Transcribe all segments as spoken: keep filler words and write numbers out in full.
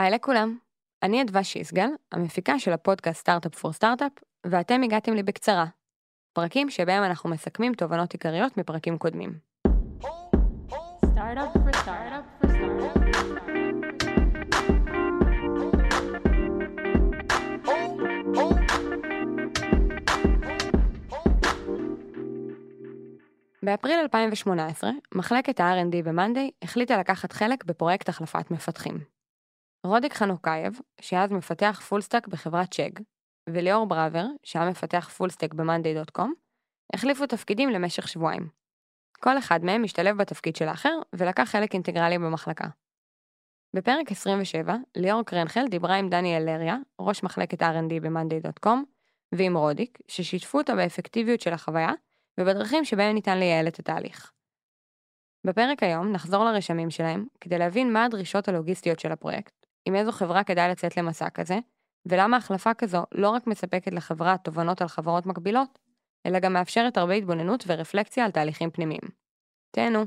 היי לכולם, אני אדווה שיסגל, המפיקה של הפודקאסט סטארט-אפ פור סטארט-אפ, ואתם הגעתם לי בקצרה. פרקים שבהם אנחנו מסכמים תובנות עיקריות מפרקים קודמים. Startup for startup for startup. באפריל אלפיים שמונה עשרה, מחלקת ה-אר אנד די במאנדיי החליטה לקחת חלק בפרויקט החלפת מפתחים. רודיק חנוקייב, שאז מפתח פולסטק בחברת צ'ג, וליאור בראבר, שהיה מפתח פולסטק במאנדיי דוט קום, החליפו תפקידים למשך שבועיים. כל אחד מהם משתלב בתפקיד של האחר, ולקח חלק אינטגרלי במחלקה. בפרק עשרים ושבע, ליאור קרנחל דיברה עם דניאל לריה, ראש מחלקת ה-אר אנד די במאנדיי דוט קום, ועם רודיק, ששיתפו אותה באפקטיביות של החוויה, ובדרכים שבהם ניתן לייעל את התהליך. בפרק היום נחזור לרשמים שלהם, כדי להבין מה הדרישות הלוגיסטיות של הפרויקט, עם איזו חברה כדאי לצאת למסע כזה, ולמה החלפה כזו לא רק מספקת לחברה תובנות על חברות מקבילות, אלא גם מאפשרת הרבה התבוננות ורפלקציה על תהליכים פנימיים. תהנו.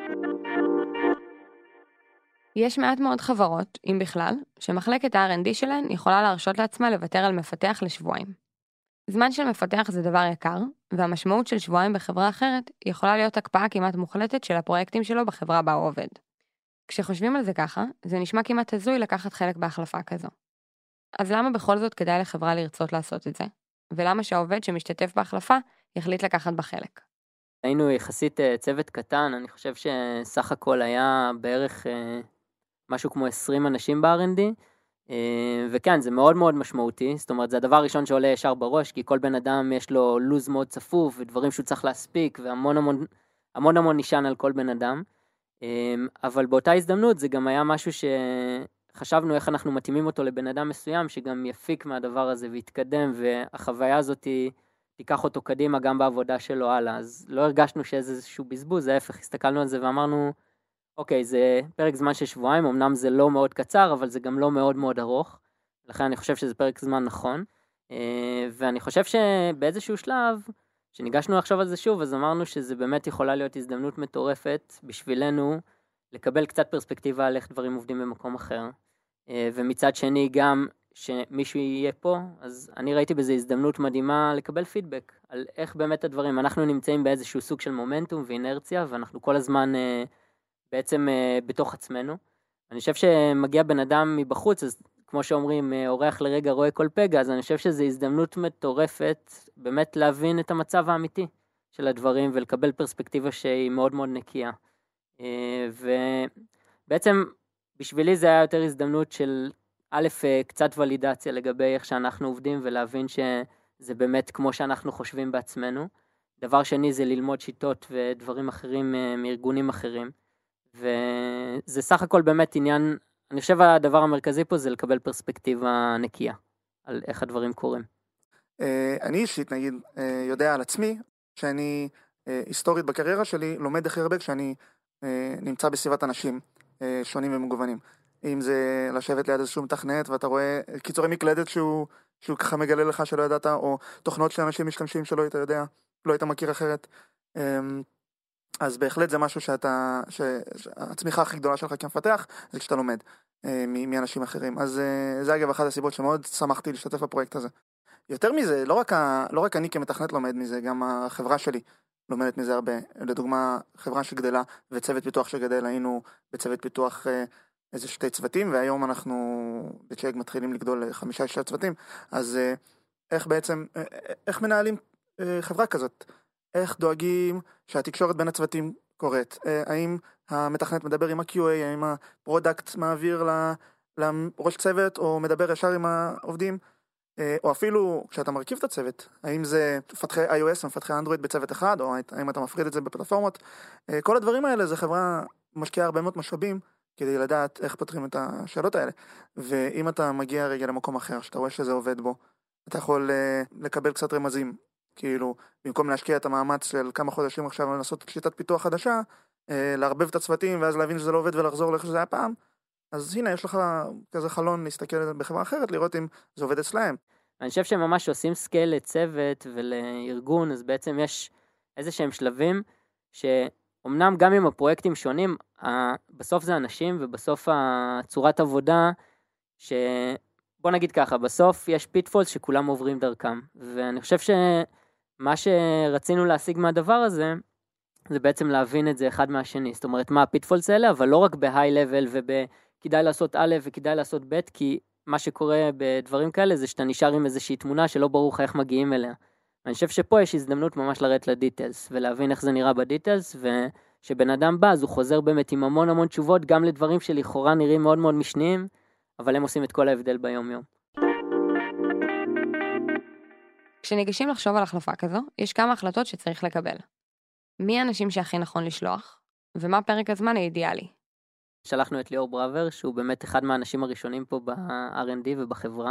יש מעט מאוד חברות, אם בכלל, שמחלקת ה-אר אנד די שלהן יכולה להרשות לעצמה לוותר על מפתח לשבועיים. זמן של מפתח זה דבר יקר, והמשמעות של שבועיים בחברה אחרת יכולה להיות הקפאה כמעט מוחלטת של הפרויקטים שלו בחברה בה הוא עובד. כשחושבים על זה ככה, זה נשמע כמעט הזוי לקחת חלק בהחלפה כזו. אז למה בכל זאת כדאי לחברה לרצות לעשות את זה? ולמה שהעובד שמשתתף בהחלפה יחליט לקחת בחלק? היינו יחסית צוות קטן, אני חושב שסך הכל היה בערך משהו כמו עשרים אנשים ב-אר אנד די, וכן, זה מאוד מאוד משמעותי, זאת אומרת, זה הדבר הראשון שעולה ישר בראש, כי כל בן אדם יש לו לוז מאוד צפוף, ודברים שהוא צריך להספיק, והמון המון, המון המון נשען על כל בן אדם, אבל באותה הזדמנות זה גם היה משהו שחשבנו איך אנחנו מתאימים אותו לבן אדם מסוים, שגם יפיק מהדבר הזה ויתקדם, והחוויה הזאת תיקח אותו קדימה גם בעבודה שלו הלאה, אז לא הרגשנו שזה איזשהו בזבוז, ההפך, הסתכלנו על זה ואמרנו, אוקיי, זה פרק זמן של שבועיים, אמנם זה לא מאוד קצר, אבל זה גם לא מאוד מאוד ארוך, לכן אני חושב שזה פרק זמן נכון, ואני חושב שבאיזשהו שלב, שניגשנו לחשוב על זה שוב, אז אמרנו שזה באמת יכולה להיות הזדמנות מטורפת בשבילנו, לקבל קצת פרספקטיבה על איך דברים עובדים במקום אחר, ומצד שני גם שמישהו יהיה פה, אז אני ראיתי בזה הזדמנות מדהימה לקבל פידבק, על איך באמת הדברים, אנחנו נמצאים באיזשהו סוג של מומנטום ואינרציה, ואנחנו כל הזמן בעצם בתוך עצמנו. אני חושב שמגיע בן אדם מבחוץ, אז כמו שאומרים, אורח לרגע רואה כל פגע, אז אני חושב שזו הזדמנות מטורפת, באמת להבין את המצב האמיתי של הדברים, ולקבל פרספקטיבה שהיא מאוד מאוד נקייה. ובעצם בשבילי זה היה יותר הזדמנות של א', קצת ולידציה לגבי איך שאנחנו עובדים, ולהבין שזה באמת כמו שאנחנו חושבים בעצמנו. דבר שני זה ללמוד שיטות ודברים אחרים מארגונים אחרים. וזה סך הכל באמת עניין, אני חושב הדבר המרכזי פה זה לקבל פרספקטיבה נקייה על איך הדברים קורים. אני אישית נגיד יודע על עצמי שאני היסטורית בקריירה שלי לומד הכי הרבה כשאני נמצא בסביבת אנשים שונים ומגוונים. אם זה לשבת ליד איזשהו מתכנת ואתה רואה קיצורי מקלדת שהוא, שהוא ככה מגלה לך שלא ידעת, או תוכנות שאנשים משתמשים שלא היית יודע, לא היית מכיר אחרת. אז בהחלט זה משהו שאתה, שהצמיחה הכי גדולה שלך כמפתח, זה כשאתה לומד מאנשים אחרים. אז זה אגב אחת הסיבות שמאוד שמחתי להשתתף בפרויקט הזה. יותר מזה, לא רק, לא רק אני כמתכנת לומד מזה, גם החברה שלי לומדת מזה הרבה. לדוגמה, חברה שגדלה וצוות פיתוח שגדל, היינו בצוות פיתוח איזה שתי צוותים, והיום אנחנו בצ'ג מתחילים לגדול חמישה שתי צוותים. אז איך בעצם, איך מנהלים חברה כזאת? איך דואגים שהתקשורת בין הצוותים קורית? האם המתכנת מדבר עם ה-קיו איי, האם הפרודקט מעביר לראש צוות, או מדבר ישר עם העובדים? או אפילו כשאתה מרכיב את הצוות, האם זה מפתחי iOS ומפתחי אנדרואיד בצוות אחד, או האם אתה מפריד את זה בפלטפורמות? כל הדברים האלה, זה חברה משקיעה הרבה מאוד משאבים, כדי לדעת איך פותרים את השאלות האלה. ואם אתה מגיע רגע למקום אחר, שאתה רואה שזה עובד בו, אתה יכול לקבל קצת רמזים. כאילו, במקום להשקיע את המאמץ של כמה חודשים עכשיו לנסות שיטת פיתוח חדשה, להרבב את הצוותים ואז להבין שזה לא עובד ולחזור לאיך שזה היה פעם, אז הנה, יש לך כזה חלון להסתכל בחברה אחרת, לראות אם זה עובד אצלהם. אני חושב שממש עושים סקייל לצוות ולארגון, אז בעצם יש איזה שהם שלבים, שאומנם גם אם הפרויקטים שונים, בסוף זה אנשים, ובסוף הצורת עבודה שבוא נגיד ככה, בסוף יש פיטפולס שכולם עוברים דרכם, ואני חושב שמה שרצינו להשיג מהדבר הזה, זה בעצם להבין את זה אחד מהשני, זאת אומרת מה הפיטפולס האלה, אבל לא רק בהיי לבל ובכדאי לעשות א' וכדאי לעשות ב', כי מה שקורה בדברים כאלה זה שאתה נשאר עם איזושהי תמונה שלא ברור לך איך מגיעים אליה. אני חושב שפה יש הזדמנות ממש לרדת לדיטלס, ולהבין איך זה נראה בדיטלס, ושבן אדם בא, אז הוא חוזר באמת עם המון המון תשובות, גם לדברים שלכאורה נראים מאוד מאוד משניים, אבל הם עושים את כל ההבדל ביום יום. כשניגשים לחשוב על החלפה כזו, יש כמה החלטות שצריך לקבל. מי האנשים שהכי נכון לשלוח, ומה פרק הזמן האידיאלי? שלחנו את ליאור בראבר, שהוא באמת אחד מהאנשים הראשונים פה ב-אר אנד די ובחברה,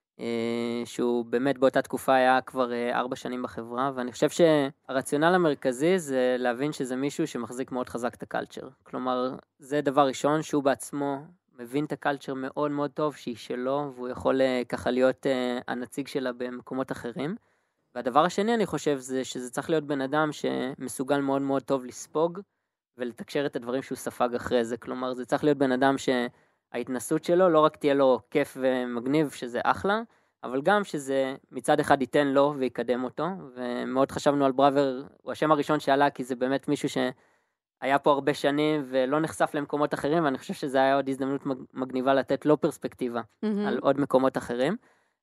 שהוא באמת באותה תקופה היה כבר ארבע שנים בחברה, ואני חושב שהרציונל המרכזי זה להבין שזה מישהו שמחזיק מאוד חזק את הקלצ'ר. כלומר, זה דבר ראשון שהוא בעצמו מבין את הקלצ'ר מאוד מאוד טוב, שהיא שלו, והוא יכול ככה להיות הנציג שלה במקומות אחרים. והדבר השני אני חושב זה שזה צריך להיות בן אדם שמסוגל מאוד מאוד טוב לספוג, ולתקשר את הדברים שהוא ספג אחרי זה. כלומר, זה צריך להיות בן אדם שההתנסות שלו לא רק תהיה לו כיף ומגניב, שזה אחלה, אבל גם שזה מצד אחד ייתן לו ויקדם אותו, ומאוד חשבנו על בראבר, הוא השם הראשון שעלה, כי זה באמת מישהו שהיה פה הרבה שנים ולא נחשף למקומות אחרים, ואני חושב שזה היה עוד הזדמנות מגניבה לתת לו פרספקטיבה mm-hmm. על עוד מקומות אחרים.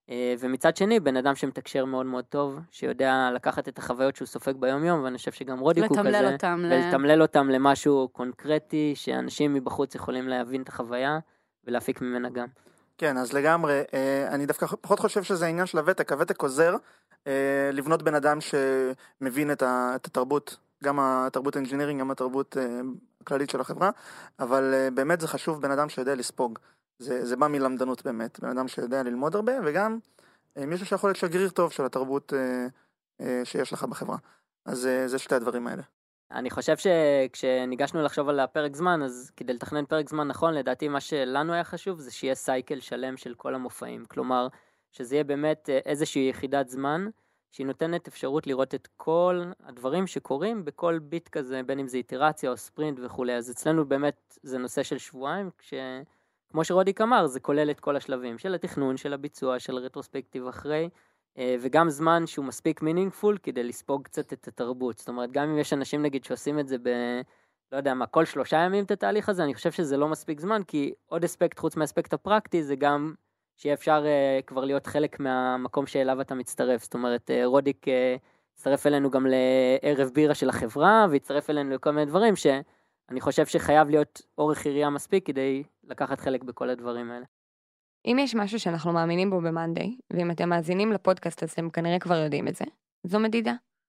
ומצד שני, בן אדם שמתקשר מאוד מאוד טוב, שיודע לקחת את החוויות שהוא סופג ביום יום, ואני חושב שגם רודיק הוא כזה, ולתמלל אותם למשהו קונקרטי, שאנשים מבחוץ יכולים להבין את החוויה, ולהפיק ממנה גם. כן, אז לגמרי, אני דווקא פחות חושב שזה העניין של הוותק, הוותק עוזר לבנות בן אדם שמבין את התרבות, גם התרבות האנג'ינירינג, גם התרבות הכללית של החברה, אבל באמת זה חשוב בן אדם שיודע לספוג. זה, זה בא מלמדנות באמת, בן אדם שיודע ללמוד הרבה, וגם מישהו שיכול להיות שגריר טוב של התרבות אה, אה, שיש לך בחברה. אז אה, זה שתי הדברים האלה. אני חושב שכשניגשנו לחשוב על הפרק זמן, אז כדי לתכנן פרק זמן נכון, לדעתי מה שלנו היה חשוב זה שיהיה סייקל שלם של כל המופעים. כלומר, שזה יהיה באמת איזושהי יחידת זמן, שהיא נותנת אפשרות לראות את כל הדברים שקורים בכל ביט כזה, בין אם זה איטרציה או ספרינט וכו'. אז אצלנו באמת זה נושא של שבועיים, כש... כמו שרודיק אמר, זה כולל את כל השלבים של התכנון, של הביצוע, של רטרוספקטיב אחרי, וגם זמן שהוא מספיק מינינגפול כדי לספוג קצת את התרבות. זאת אומרת, גם אם יש אנשים נגיד שעושים את זה ב... לא יודע מה, כל שלושה ימים את התהליך הזה, אני חושב שזה לא מספיק זמן, כי עוד אספקט חוץ מהאספקט הפרקטי, זה גם שיהיה אפשר uh, כבר להיות חלק מהמקום שאליו אתה מצטרף. זאת אומרת, uh, רודיק uh, הצטרף אלינו גם לערב בירה של החברה, והצטרף אלינו לכל מיני דברים ש... אני חושב שחייב להיות אורך עירייה מספיק כדי לקחת חלק בכל הדברים האלה. אם יש משהו שאנחנו מאמינים בו במאנדיי, ואם אתם מאזינים לפודקאסט הזה, אתם כנראה כבר יודעים את זה, זו מדידה.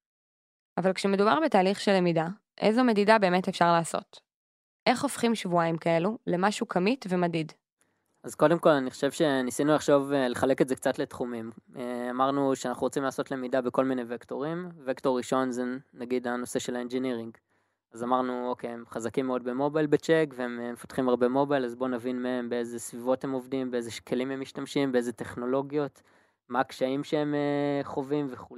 אבל כשמדובר בתהליך של למידה, איזו מדידה באמת אפשר לעשות? איך הופכים שבועיים כאלו למשהו כמית ומדיד? אז קודם כל אני חושב שניסינו לחשוב לחלק את זה קצת לתחומים. אמרנו שאנחנו רוצים לעשות למידה בכל מיני וקטורים. וקטור ראשון זה נגיד הנושא של האנג'ינירינג. אז אמרנו, אוקיי, הם חזקים מאוד במובייל בצ'ק, והם מפתחים הרבה מובייל, אז בואו נבין מהם באיזה סביבות הם עובדים, באיזה כלים הם משתמשים, באיזה טכנולוגיות, מה הקשיים שהם חווים וכו'.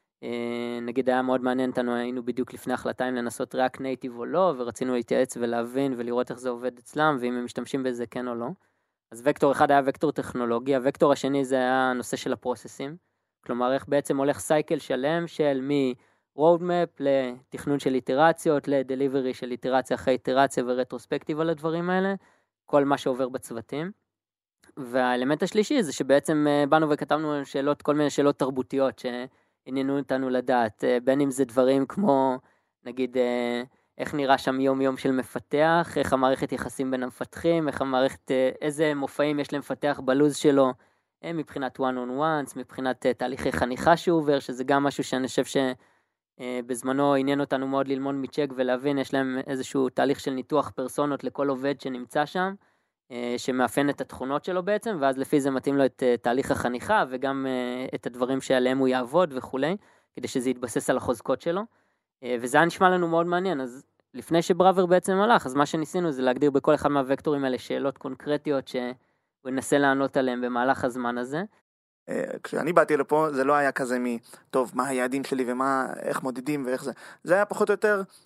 נגיד היה מאוד מעניין אותנו, היינו בדיוק לפני החלטה אם לנסות React Native או לא, ורצינו להתייעץ ולהבין ולראות איך זה עובד אצלם, ואם הם משתמשים בזה כן או לא. אז וקטור אחד היה וקטור טכנולוגי, הוקטור השני זה היה הנושא של הפרוססים, כלומר איך בעצם הולך סייקל שלם של מי... roadmap לתכנון של איטרציות, לדליברי של איטרציה אחרי איטרציה ורטרוספקטיב על הדברים האלה, כל מה שעובר בצוותים. והאלמנט השלישי זה שבעצם באנו וכתבנו שאלות, כל מיני שאלות תרבותיות שעניינו אותנו לדעת, בין אם זה דברים כמו, נגיד, איך נראה שם יום יום של מפתח, איך המערכת יחסים בין המפתחים, איך המערכת, איזה מופעים יש למפתח בלוז שלו, מבחינת one on ones, מבחינת תהליכי חניכה שהוא עובר, שזה גם משהו שאני חושב ש... בזמנו עניין אותנו מאוד ללמוד מצ'ק ולהבין, יש להם איזשהו תהליך של ניתוח פרסונות לכל עובד שנמצא שם, שמאפיין את התכונות שלו בעצם, ואז לפי זה מתאים לו את תהליך החניכה, וגם את הדברים שעליהם הוא יעבוד וכו', כדי שזה יתבסס על החוזקות שלו, וזה היה נשמע לנו מאוד מעניין. אז לפני שבראבר בעצם הלך, אז מה שניסינו זה להגדיר בכל אחד מהווקטורים האלה שאלות קונקרטיות, שהוא ינסה לענות עליהם במהלך הזמן הזה. כשאני באתי לפה זה לא היה כזה מ, טוב, מה היעדים שלי ומה, איך מודדים ואיך זה. זה היה פחות או יותר,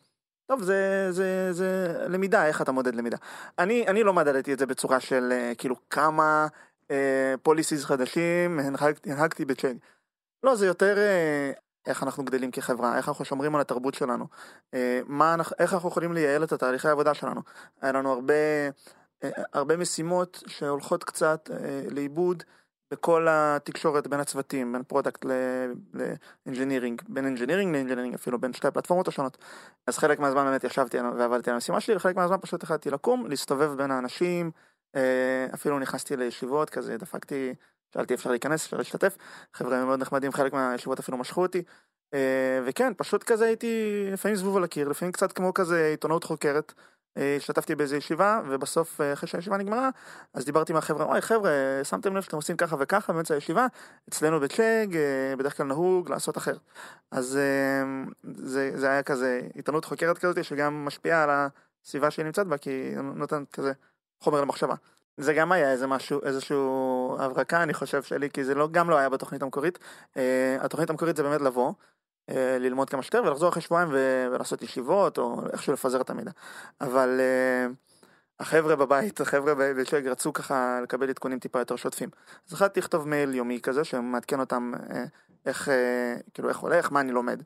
טוב, זה, זה, זה למידה, איך אתה מודד למידה. אני, אני לא מדדתי את זה בצורה של כאילו כמה פוליסיז חדשים הנהגתי, הנהגתי בצ'ק. לא, זה יותר איך אנחנו גדלים כחברה, איך אנחנו שומרים על התרבות שלנו, מה, איך אנחנו יכולים לייעל את התהליכי העבודה שלנו. היה לנו הרבה, הרבה משימות שהולכות קצת לאיבוד בכל התקשורת בין הצוותים, בין פרודקט לאנג'ינירינג, בין אנג'ינירינג לאנג'ינירינג, אפילו בין שתי הפלטפורמות השונות. אז חלק מהזמן באמת ישבתי ועבדתי על המשימה שלי, וחלק מהזמן פשוט החלטתי לקום, להסתובב בין האנשים, אפילו נכנסתי לישיבות כזה, דפקתי, שאלתי אפשר להיכנס, אפשר להשתתף, חבר'ה מאוד נחמדים, חלק מהישיבות אפילו משכו אותי, וכן, פשוט כזה הייתי לפעמים זבוב על הקיר, לפעמים קצת כמו כזה עיתונאות חוקרת, השתתפתי באיזו ישיבה, ובסוף, אחרי שהישיבה נגמרה, אז דיברתי עם החבר'ה, אוי חבר'ה, שמתם לב שאתם עושים ככה וככה באמצע הישיבה, אצלנו בצ'ג, בדרך כלל נהוג לעשות אחר. אז זה, זה היה כזה עיתונות חוקרת כזאת, שגם משפיעה על הסביבה שהיא נמצאת בה, כי נותנת כזה חומר למחשבה. זה גם היה איזה משהו, איזשהו הברקה, אני חושב שלי, כי זה לא, גם לא היה בתוכנית המקורית. התוכנית המקורית זה באמת לבוא, ללמוד כמה שתר ולחזור אחרי שבועיים ולעשות ישיבות או איכשהו לפזר את המידע. אבל החבר'ה בבית, החבר'ה בצ'ג רצו ככה לקבל עדכונים טיפה יותר שוטפים. אז החלטתי לכתוב מייל יומי כזה שמעדכן אותם איך, כאילו איך הולך, מה אני לומד.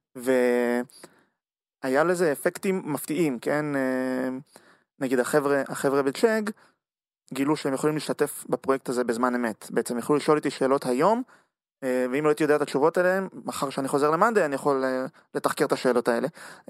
והיה לזה אפקטים מפתיעים, כן? נגיד החבר'ה, החבר'ה בצ'ג גילו שהם יכולים להשתתף בפרויקט הזה בזמן אמת. בעצם יכולו לשאול איתי שאלות היום, ואם לא הייתי יודע את התשובות אליהם, מחר שאני חוזר למנדי, אני יכול לתחקר את השאלות האלה.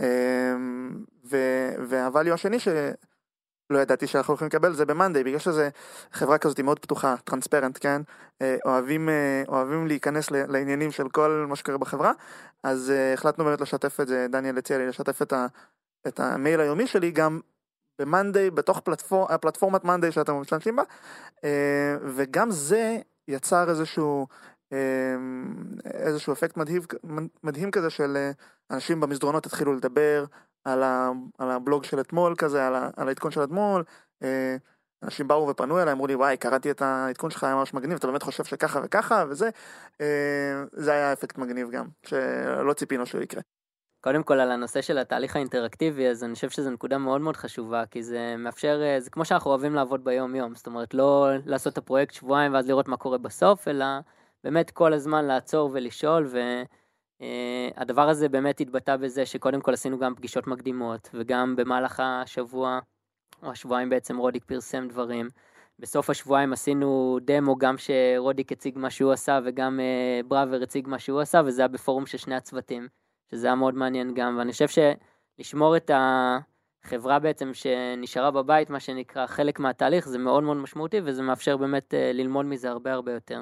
והוואליו השני שלא ידעתי שאנחנו יכולים לקבל, זה במנדי, בגלל שזה חברה כזאת מאוד פתוחה, טרנספרנט, כן? אוהבים, אוהבים להיכנס לעניינים של כל מה שקורה בחברה, אז החלטנו באמת לשתף את זה, דניאל הציע לי לשתף את, ה, את המייל היומי שלי גם במנדי, בתוך פלטפור, הפלטפורמת מנדי שאתם משתמשים בה, וגם זה יצר איזשהו איזשהו אפקט מדהים, מדהים כזה של אנשים במסדרונות התחילו לדבר על, ה, על הבלוג של אתמול כזה, על, ה, על העדכון של אתמול, אנשים באו ופנו אליי, אמרו לי וואי, קראתי את העדכון שלך, היה ממש מגניב, אתה באמת חושב שככה וככה, וזה זה היה אפקט מגניב גם, שלא ציפינו שהוא יקרה. קודם כל על הנושא של התהליך האינטראקטיבי, אז אני חושב שזו נקודה מאוד מאוד חשובה, כי זה מאפשר, זה כמו שאנחנו אוהבים לעבוד ביום יום, זאת אומרת לא לעשות את הפרויקט שבועיים ואז לראות מה קורה בסוף, אלא באמת כל הזמן לעצור ולשאול, והדבר הזה באמת התבטא בזה שקודם כל עשינו גם פגישות מקדימות, וגם במהלך השבוע, או השבועיים בעצם רודיק פרסם דברים, בסוף השבועיים עשינו דמו גם שרודיק הציג מה שהוא עשה, וגם בראבר הציג מה שהוא עשה, וזה היה בפורום של שני הצוותים, שזה היה מאוד מעניין גם, ואני חושב שלשמור את החברה בעצם שנשארה בבית, מה שנקרא חלק מהתהליך, זה מאוד מאוד משמעותי, וזה מאפשר באמת ללמוד מזה הרבה הרבה יותר.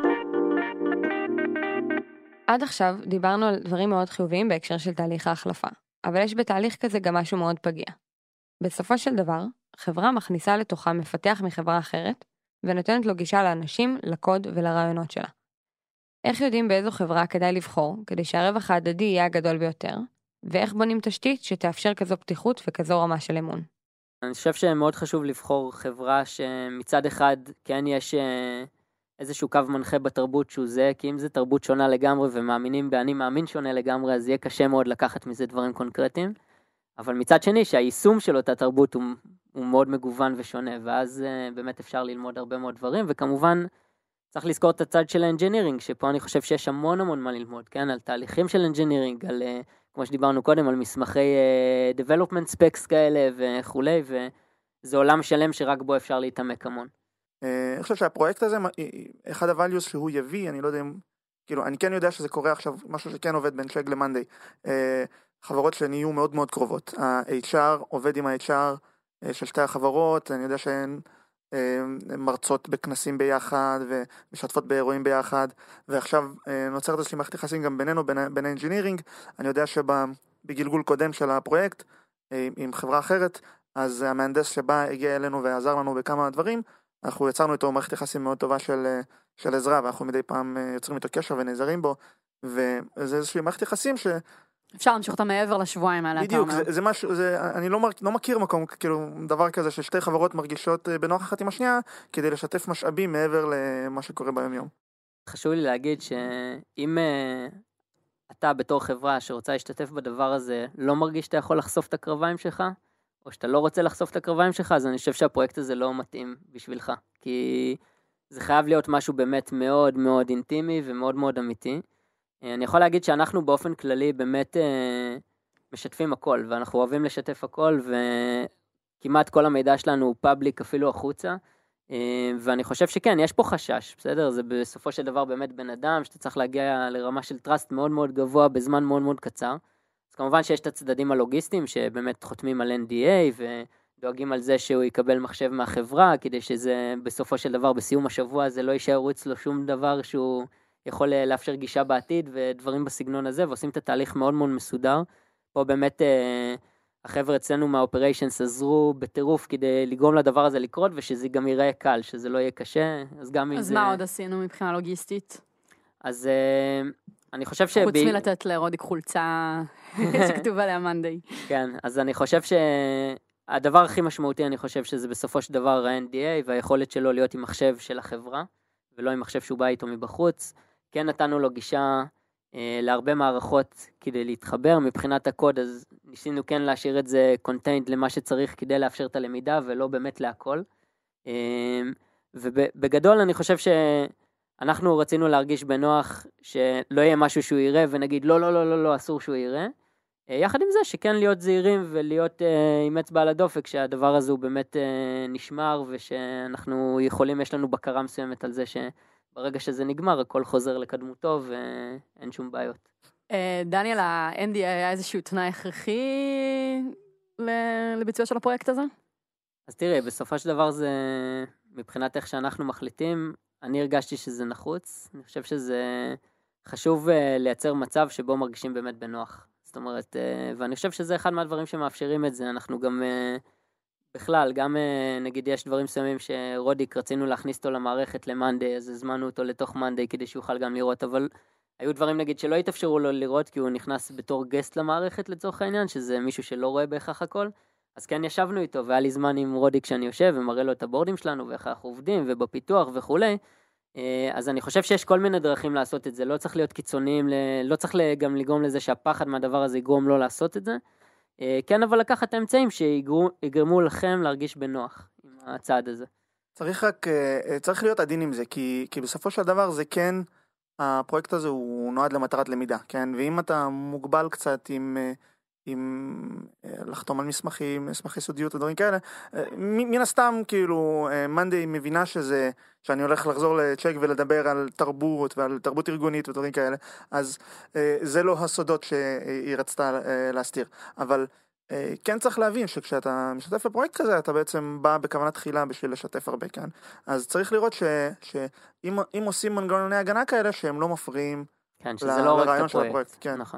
עד עכשיו דיברנו על דברים מאוד חיוביים בהקשר של תהליך ההחלפה, אבל יש בתהליך כזה גם משהו מאוד פגיע. בסופו של דבר, חברה מכניסה לתוכה מפתח מחברה אחרת, ונותנת לו גישה לאנשים, לקוד ולרעיונות שלה. איך יודעים באיזו חברה כדאי לבחור, כדי שהרווח ההדדי יהיה הגדול ביותר, ואיך בונים תשתית שתאפשר כזו פתיחות וכזו רמה של אמון? אני חושב שמאוד חשוב לבחור חברה שמצד אחד כן יש איזשהו קו מנחה בתרבות שהוא זה, כי אם זה תרבות שונה לגמרי ומאמינים באני מאמין שונה לגמרי, אז יהיה קשה מאוד לקחת מזה דברים קונקרטיים. אבל מצד שני שהיישום של אותה תרבות הוא, הוא מאוד מגוון ושונה, ואז uh, באמת אפשר ללמוד הרבה מאוד דברים, וכמובן צריך לזכור את הצד של האנג'ינירינג, שפה אני חושב שיש המון המון מה ללמוד, כן? על תהליכים של אנג'ינירינג, על, uh, כמו שדיברנו קודם, על מסמכי uh, development specs כאלה וכולי, וזה עולם שלם שרק בו אפשר להתעמק המון. אני חושב שהפרויקט הזה, אחד הvalues שהוא יביא, אני לא יודע אם, כאילו, אני כן יודע שזה קורה עכשיו, משהו שכן עובד בין צ'ג למנדי, חברות שנהיו מאוד מאוד קרובות. ה-אייץ' אר עובד עם ה-אייץ' אר של שתי החברות, אני יודע שהן מרצות בכנסים ביחד ומשתפות באירועים ביחד, ועכשיו נוצרת איזושהי מערכת יחסים גם בינינו, בין האנג'ינירינג. אני יודע שבגלגול קודם של הפרויקט, עם חברה אחרת, אז המהנדס שבא הגיע אלינו ועזר לנו בכמה דברים, אנחנו יצרנו איתו מערכת יחסים מאוד טובה של, של עזרה, ואנחנו מדי פעם יוצרים איתו קשר ונעזרים בו, וזה איזושהי מערכת יחסים ש... אפשר להמשיך אותה מעבר לשבועיים האלה. בדיוק, זה, זה משהו, זה, אני לא, לא מכיר מקום, כאילו, דבר כזה ששתי חברות מרגישות בנוח אחת עם השנייה, כדי לשתף משאבים מעבר למה שקורה ביום יום. חשוב לי להגיד שאם אתה בתור חברה שרוצה להשתתף בדבר הזה, לא מרגיש שאתה יכול לחשוף את הקרביים שלך, או שאתה לא רוצה לחשוף את הקרביים שלך, אז אני חושב שהפרויקט הזה לא מתאים בשבילך, כי זה חייב להיות משהו באמת מאוד מאוד אינטימי ומאוד מאוד אמיתי. אני יכול להגיד שאנחנו באופן כללי באמת משתפים הכל, ואנחנו אוהבים לשתף הכל, וכמעט כל המידע שלנו הוא פאבליק אפילו החוצה, ואני חושב שכן, יש פה חשש, בסדר? זה בסופו של דבר באמת בן אדם, שאתה צריך להגיע לרמה של טראסט מאוד מאוד גבוה, בזמן מאוד מאוד קצר. אז כמובן שיש את הצדדים הלוגיסטיים, שבאמת חותמים על אן די איי, ודואגים על זה שהוא יקבל מחשב מהחברה, כדי שזה בסופו של דבר, בסיום השבוע, זה לא יישאר אצלו שום דבר שהוא יכול לאפשר גישה בעתיד, ודברים בסגנון הזה, ועושים את התהליך מאוד מאוד מסודר. פה באמת החבר'ה אצלנו מהאופריישנס עזרו בטירוף כדי לגרום לדבר הזה לקרות, ושזה גם ייראה קל, שזה לא יהיה קשה. אז גם אם אז זה... מה עוד עשינו מבחינה לוגיסטית? אז אני חושב ש... חוץ מלתת לרודיק חולצה שכתוב עליה מנדי. כן, אז אני חושב שהדבר הכי משמעותי, אני חושב שזה בסופו של דבר ה-אן די איי, והיכולת שלו להיות עם מחשב של החברה, ולא עם מחשב שהוא בא איתו מבחוץ. כן נתנו לו גישה להרבה מערכות כדי להתחבר מבחינת הקוד, אז ניסינו כן להשאיר את זה contained למה שצריך כדי לאפשר את הלמידה, ולא באמת להכל. ובגדול אני חושב שאנחנו רצינו להרגיש בנוח שלא יהיה משהו שהוא יראה, ונגיד לא, לא, לא, לא, לא, אסור שהוא יראה. יחד עם זה שכן להיות זהירים ולהיות עם אצבע על הדופק, שהדבר הזה הוא באמת נשמר, ושאנחנו יכולים, יש לנו בקרה מסוימת על זה ש... ברגע שזה נגמר, הכל חוזר לקדמותו ואין שום בעיות. דניאל, ה-אן די איי היה איזשהו תנאי הכרחי לביצוע של הפרויקט הזה? אז תראי, בסופו של דבר זה, מבחינת איך שאנחנו מחליטים, אני הרגשתי שזה נחוץ. אני חושב שזה חשוב לייצר מצב שבו מרגישים באמת בנוח. זאת אומרת, ואני חושב שזה אחד מהדברים שמאפשרים את זה. אנחנו גם... בכלל, גם נגיד יש דברים מסוימים שרודיק רצינו להכניס אותו למערכת למנדי, אז הזמנו אותו לתוך מנדי כדי שיוכל גם לראות, אבל היו דברים נגיד שלא התאפשרו לו לראות, כי הוא נכנס בתור גסט למערכת לצורך העניין, שזה מישהו שלא רואה בהכרח הכל, אז כן ישבנו איתו, והיה לי זמן עם רודיק שאני יושב ומראה לו את הבורדים שלנו, ואיך אנחנו עובדים, ובפיתוח וכולי, אז אני חושב שיש כל מיני דרכים לעשות את זה, לא צריך להיות קיצוניים, לא צריך גם לגרום לזה שהפחד מהדבר הזה יגרום לא לעשות את זה, כן, אבל לקחת האמצעים שיגרמו לכם להרגיש בנוח עם הצעד הזה. צריך רק, צריך להיות עדין עם זה, כי, כי בסופו של דבר זה כן, הפרויקט הזה הוא נועד למטרת למידה, כן? ואם אתה מוגבל קצת עם, עם לחתום על מסמכים, מסמכי סודיות ודברים כאלה, מן הסתם כאילו מנדי מבינה שזה, שאני הולך לחזור לצ'ק ולדבר על תרבות ועל תרבות ארגונית ודברים כאלה, אז זה לא הסודות שהיא רצתה להסתיר. אבל כן צריך להבין שכשאתה משתף בפרויקט כזה, אתה בעצם בא בכוונת תחילה בשביל לשתף הרבה, כן? אז צריך לראות ש, שאם אם עושים מנגנוני הגנה כאלה, שהם לא מפריעים כן, שזה לא רק לרעיון את של הפרויקט. כן. נכון.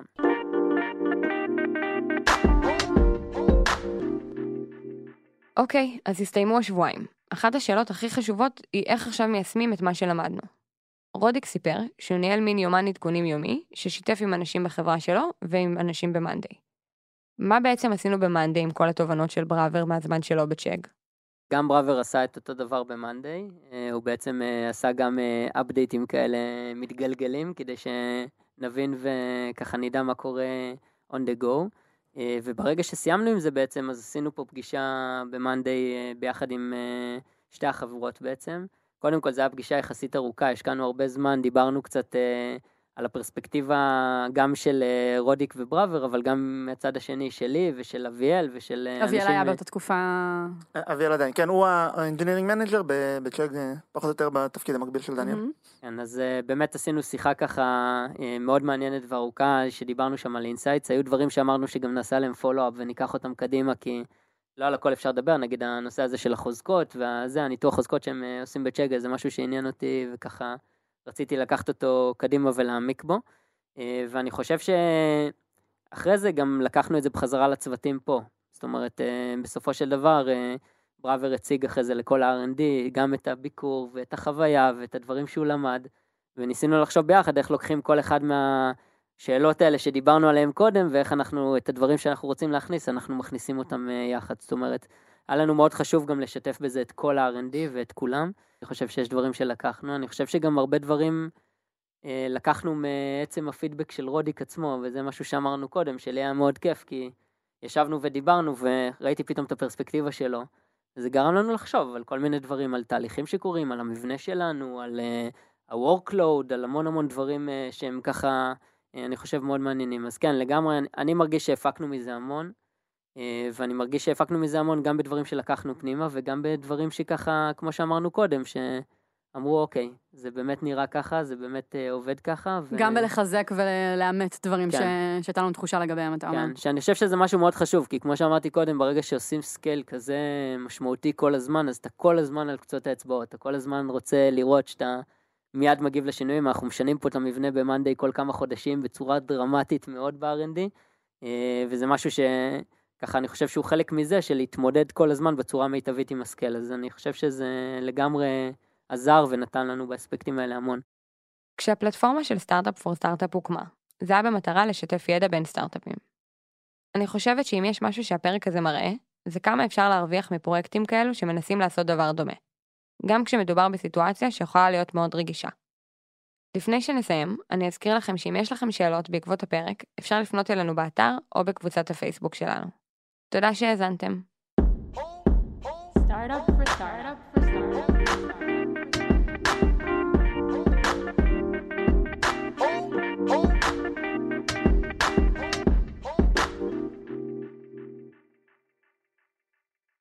אוקיי, אז הסתיימו השבועיים. אחת השאלות הכי חשובות היא איך עכשיו מיישמים את מה שלמדנו. רודיק סיפר שהוא ניהל מין יומן עדכונים יומי, ששיתף עם אנשים בחברה שלו ועם אנשים במנדי. מה בעצם עשינו במנדי עם כל התובנות של בראבר מהזמן שלו בצ'אג? גם בראבר עשה את אותו דבר במנדי, הוא בעצם עשה גם אפדייטים כאלה מתגלגלים, כדי שנבין וככה נדע מה קורה on the go. וברגע שסיימנו עם זה בעצם, אז עשינו פה פגישה במנדי ביחד עם שתי החברות בעצם. קודם כל, זו הייתה פגישה יחסית ארוכה, השקענו הרבה זמן, דיברנו קצת על הפרספקטיבה גם של רודיק ובראבר, אבל גם מהצד השני שלי ושל אביאל ושל אנשים... אביאל היה באותה תקופה... אביאל עדיין, כן, הוא ה-engineering manager בצ'אג, פחות או יותר בתפקיד המקביל של דניאל. כן, אז באמת עשינו שיחה ככה מאוד מעניינת וארוכה, שדיברנו שם על אינסייטס, היו דברים שאמרנו שגם נעשה להם פולו-אפ וניקח אותם קדימה, כי לא על הכל אפשר לדבר, נגיד הנושא הזה של החוזקות, וזה, הניתוח חוזקות שהם עושים בצ'אג, זה משהו שעניין אותי וככה... רציתי לקחת אותו קדימה ולהעמיק בו, ואני חושב שאחרי זה גם לקחנו את זה בחזרה לצוותים פה. זאת אומרת, בסופו של דבר, בראבר הציג אחרי זה לכל ה-אר אנד די, גם את הביקור ואת החוויה ואת הדברים שהוא למד, וניסינו לחשוב ביחד איך לוקחים כל אחד מהשאלות האלה שדיברנו עליהם קודם, ואיך אנחנו, את הדברים שאנחנו רוצים להכניס, אנחנו מכניסים אותם יחד. זאת אומרת, היה לנו מאוד חשוב גם לשתף בזה את כל ה-אר אנד די ואת כולם. אני חושב שיש דברים שלקחנו, אני חושב שגם הרבה דברים לקחנו מעצם הפידבק של רודיק עצמו, וזה משהו שאמרנו קודם, שלי היה מאוד כיף, כי ישבנו ודיברנו, וראיתי פתאום את הפרספקטיבה שלו, וזה גרם לנו לחשוב על כל מיני דברים, על תהליכים שקורים, על המבנה שלנו, על uh, ה-workload, על המון המון דברים uh, שהם ככה, uh, אני חושב, מאוד מעניינים. אז כן, לגמרי, אני, אני מרגיש שהפקנו מזה המון, uh, ואני מרגיש שהפקנו מזה המון גם בדברים שלקחנו פנימה, וגם בדברים שככה, כמו שאמרנו קודם, שאמרו, אוקיי, זה באמת נראה ככה, זה באמת uh, עובד ככה. ו... גם בלחזק ולאמת דברים כן. ש... שהייתה לנו תחושה לגביהם, אתה אומר. כן, שאני חושב שזה משהו מאוד חשוב, כי כמו שאמרתי קודם, ברגע שעושים סקייל כזה משמעותי כל הזמן, אז אתה כל הזמן על קצות האצבעות, אתה כל הזמן רוצה לראות שאתה מיד מגיב לשינויים, אנחנו משנים פה את המבנה במנדי כל כמה חודשים בצורה דרמטית מאוד ב-אר אנד די, וזה משהו שככה אני חושב שהוא חלק מזה, של להתמודד כל הזמן בצורה מיטבית עם הסקייל, אז אני חושב שזה לגמרי עזר ונתן לנו באספקטים האלה המון. כשהפלטפורמה של סטארט-אפ פור סטארט-אפ הוקמה, זה היה במטרה לשתף ידע בין סטארט-אפים. אני חושבת שאם יש משהו שהפרק הזה מראה, זה כמה אפשר להרוויח מפרויקטים כאלו שמנסים לעשות דבר דומה. גם כשמדובר בסיטואציה שיכולה להיות מאוד רגישה. לפני שנסיים, אני אזכיר לכם שאם יש לכם שאלות בעקבות הפרק, אפשר לפנות אלינו באתר או בקבוצת הפייסבוק שלנו. תודה שהאזנתם. Startup for startup for startup.